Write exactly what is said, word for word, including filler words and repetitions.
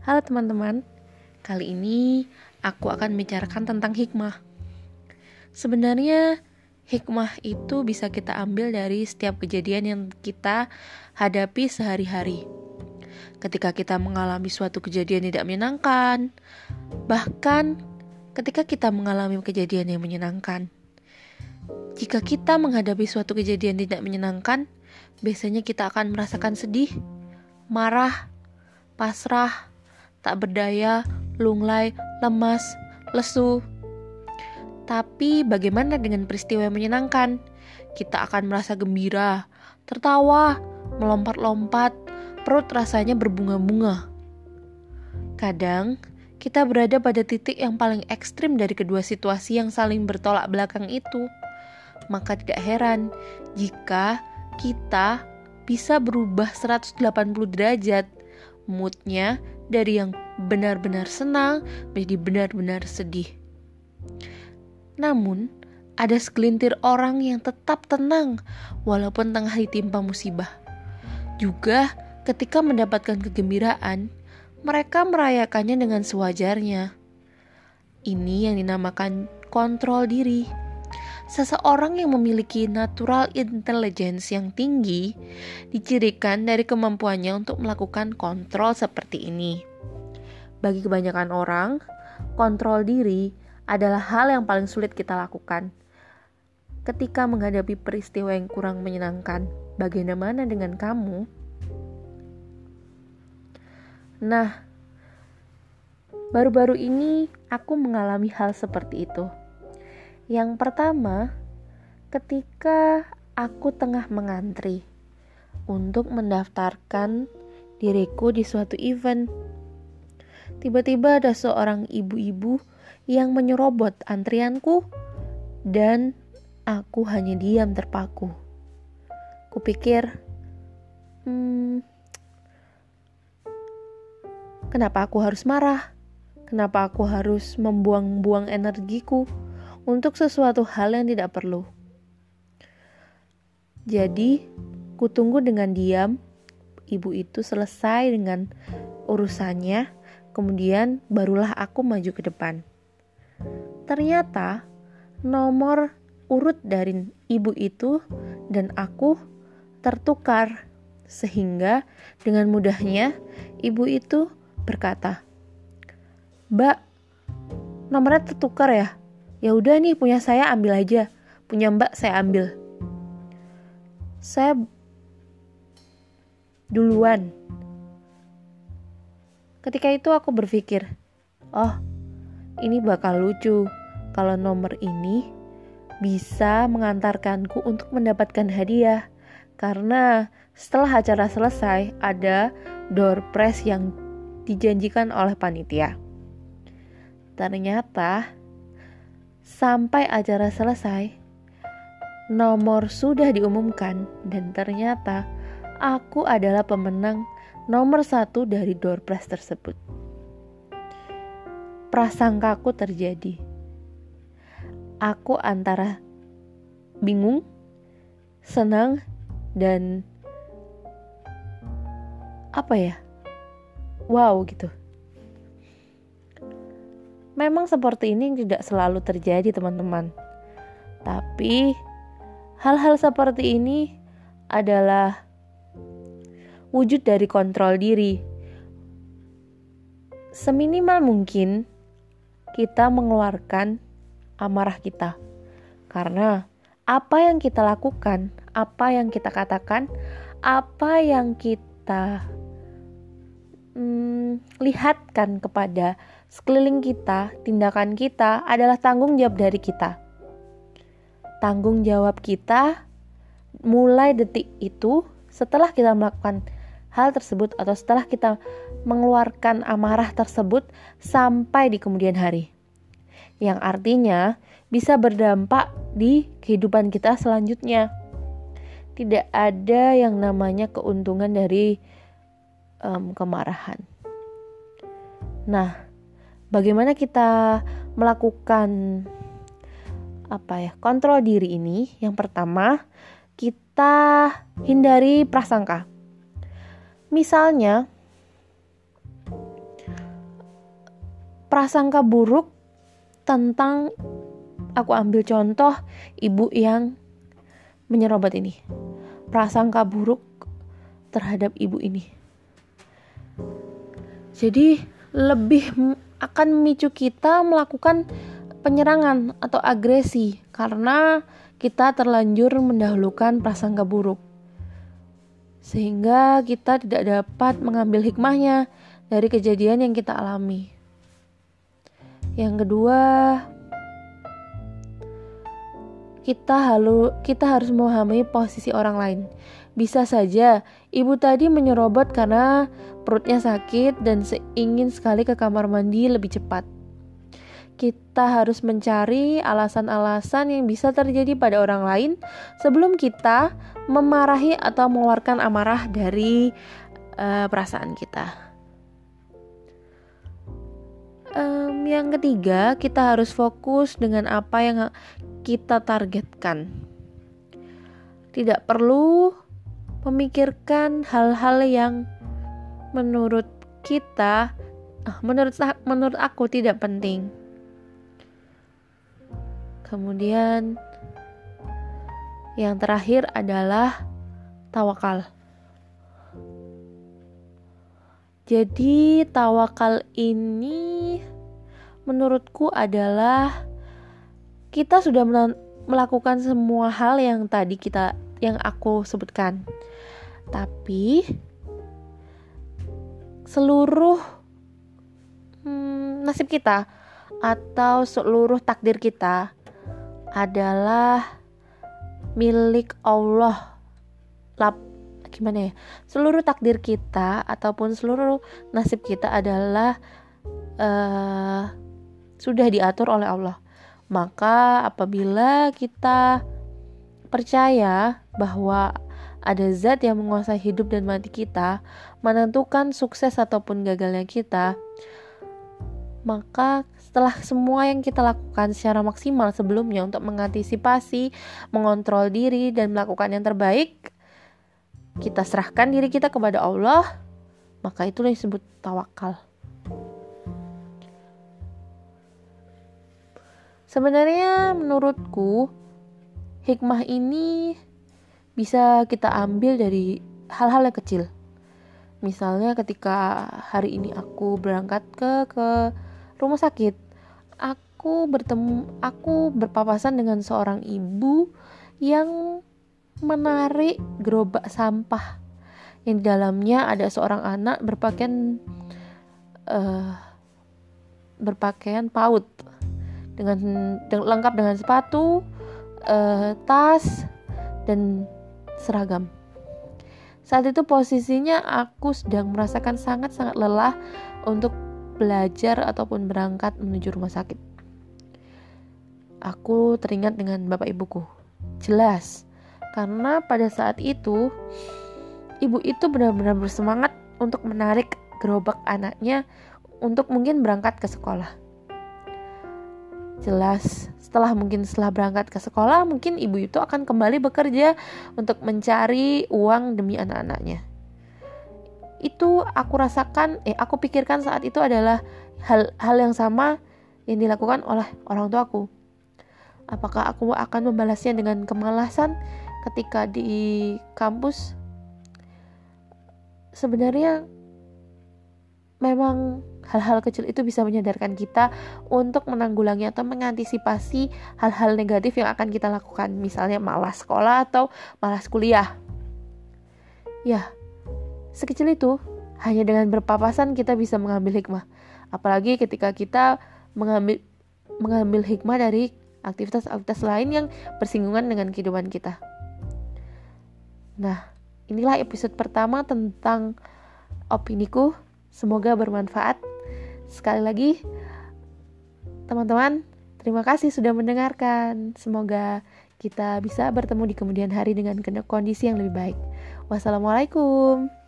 Halo teman-teman, kali ini aku akan membicarakan tentang hikmah. Sebenarnya hikmah itu bisa kita ambil dari setiap kejadian yang kita hadapi sehari-hari. Ketika kita mengalami suatu kejadian tidak menyenangkan, bahkan ketika kita mengalami kejadian yang menyenangkan. Jika kita menghadapi suatu kejadian tidak menyenangkan, biasanya kita akan merasakan sedih, marah, pasrah, tak berdaya, lunglai, lemas, lesu. Tapi bagaimana dengan peristiwa yang menyenangkan? Kita akan merasa gembira, tertawa, melompat-lompat, perut rasanya berbunga-bunga. Kadang, kita berada pada titik yang paling ekstrim dari kedua situasi yang saling bertolak belakang itu. Maka tidak heran jika kita bisa berubah seratus delapan puluh derajat moodnya dari yang benar-benar senang menjadi benar-benar sedih. Namun, ada segelintir orang yang tetap tenang walaupun tengah ditimpa musibah. Juga ketika mendapatkan kegembiraan, mereka merayakannya dengan sewajarnya. Ini yang dinamakan kontrol diri. Seseorang yang memiliki natural intelligence yang tinggi dicirikan dari kemampuannya untuk melakukan kontrol seperti ini. Bagi kebanyakan orang, kontrol diri adalah hal yang paling sulit kita lakukan. Ketika menghadapi peristiwa yang kurang menyenangkan, bagaimana dengan kamu? Nah, baru-baru ini aku mengalami hal seperti itu. Yang pertama, ketika aku tengah mengantri untuk mendaftarkan diriku di suatu event, tiba-tiba ada seorang ibu-ibu yang menyerobot antrianku dan aku hanya diam terpaku. Kupikir, hmm, kenapa aku harus marah? Kenapa aku harus membuang-buang energiku untuk sesuatu hal yang tidak perlu? Jadi, kutunggu dengan diam, ibu itu selesai dengan urusannya, kemudian barulah aku maju ke depan. Ternyata, nomor urut dari ibu itu dan aku tertukar, sehingga dengan mudahnya ibu itu berkata, "Mbak, nomornya tertukar ya? Ya udah nih, punya saya ambil aja, punya Mbak saya ambil." Saya duluan. Ketika itu aku berpikir, oh, ini bakal lucu kalau nomor ini bisa mengantarkanku untuk mendapatkan hadiah. Karena setelah acara selesai, ada door prize yang dijanjikan oleh panitia. Ternyata sampai acara selesai, nomor sudah diumumkan dan ternyata aku adalah pemenang nomor satu dari door prize tersebut. Prasangkaku terjadi. Aku antara bingung, senang, dan apa ya? Wow gitu. Memang seperti ini tidak selalu terjadi, teman-teman. Tapi hal-hal seperti ini adalah wujud dari kontrol diri. Seminimal mungkin kita mengeluarkan amarah kita. Karena apa yang kita lakukan, apa yang kita katakan, apa yang kita hmm, lihatkan kepada sekeliling kita, tindakan kita adalah tanggung jawab dari kita. Tanggung jawab kita mulai detik itu setelah kita melakukan hal tersebut atau setelah kita mengeluarkan amarah tersebut sampai di kemudian hari. Yang artinya bisa berdampak di kehidupan kita selanjutnya. Tidak ada yang namanya keuntungan dari um, kemarahan. Nah, bagaimana kita melakukan apa ya, kontrol diri ini? Yang pertama, kita hindari prasangka. Misalnya, prasangka buruk tentang, aku ambil contoh ibu yang menyerobot ini. Prasangka buruk terhadap ibu ini. Jadi lebih akan memicu kita melakukan penyerangan atau agresi karena kita terlanjur mendahulukan prasangka buruk. Sehingga kita tidak dapat mengambil hikmahnya dari kejadian yang kita alami. Yang kedua, kita halu, kita harus memahami posisi orang lain. Bisa saja ibu tadi menyerobot karena perutnya sakit dan ingin sekali ke kamar mandi lebih cepat. Kita harus mencari alasan-alasan yang bisa terjadi pada orang lain sebelum kita memarahi atau mengeluarkan amarah dari uh, perasaan kita. Um, yang ketiga, kita harus fokus dengan apa yang kita targetkan. Tidak perlu memikirkan hal-hal yang menurut kita, menurut menurut aku tidak penting. Kemudian yang terakhir adalah tawakal. Jadi tawakal ini menurutku adalah kita sudah melakukan semua hal yang tadi kita yang aku sebutkan. Tapi seluruh hmm, nasib kita atau seluruh takdir kita adalah milik Allah. Lap, gimana ya? Seluruh takdir kita ataupun seluruh nasib kita adalah uh, sudah diatur oleh Allah. Maka apabila kita percaya bahwa ada zat yang menguasai hidup dan mati kita, menentukan sukses ataupun gagalnya kita, maka setelah semua yang kita lakukan secara maksimal sebelumnya untuk mengantisipasi, mengontrol diri dan melakukan yang terbaik, kita serahkan diri kita kepada Allah, maka itulah yang disebut tawakal. Sebenarnya menurutku hikmah ini bisa kita ambil dari hal-hal yang kecil. Misalnya ketika hari ini aku berangkat ke ke rumah sakit, aku bertemu, aku berpapasan dengan seorang ibu yang menarik gerobak sampah yang di dalamnya ada seorang anak berpakaian uh, berpakaian PAUD dengan, dengan lengkap dengan sepatu, uh, tas dan seragam. Saat itu posisinya aku sedang merasakan sangat-sangat lelah untuk belajar ataupun berangkat menuju rumah sakit. Aku teringat dengan bapak ibuku. Jelas, karena pada saat itu ibu itu benar-benar bersemangat untuk menarik gerobak anaknya untuk mungkin berangkat ke sekolah. Jelas, setelah mungkin setelah berangkat ke sekolah, mungkin ibu itu akan kembali bekerja untuk mencari uang demi anak-anaknya. Itu aku rasakan, eh aku pikirkan saat itu adalah hal hal yang sama yang dilakukan oleh orang tuaku. Apakah aku akan membalasnya dengan kemalasan ketika di kampus? Sebenarnya memang hal-hal kecil itu bisa menyadarkan kita untuk menanggulangi atau mengantisipasi hal-hal negatif yang akan kita lakukan. Misalnya malas sekolah atau malas kuliah. Ya, sekecil itu hanya dengan berpapasan kita bisa mengambil hikmah. Apalagi ketika kita mengambil mengambil hikmah dari aktivitas-aktivitas lain yang bersinggungan dengan kehidupan kita. Nah, inilah episode pertama tentang opiniku. Semoga bermanfaat. Sekali lagi, teman-teman, terima kasih sudah mendengarkan. Semoga kita bisa bertemu di kemudian hari dengan kondisi yang lebih baik. Wassalamualaikum.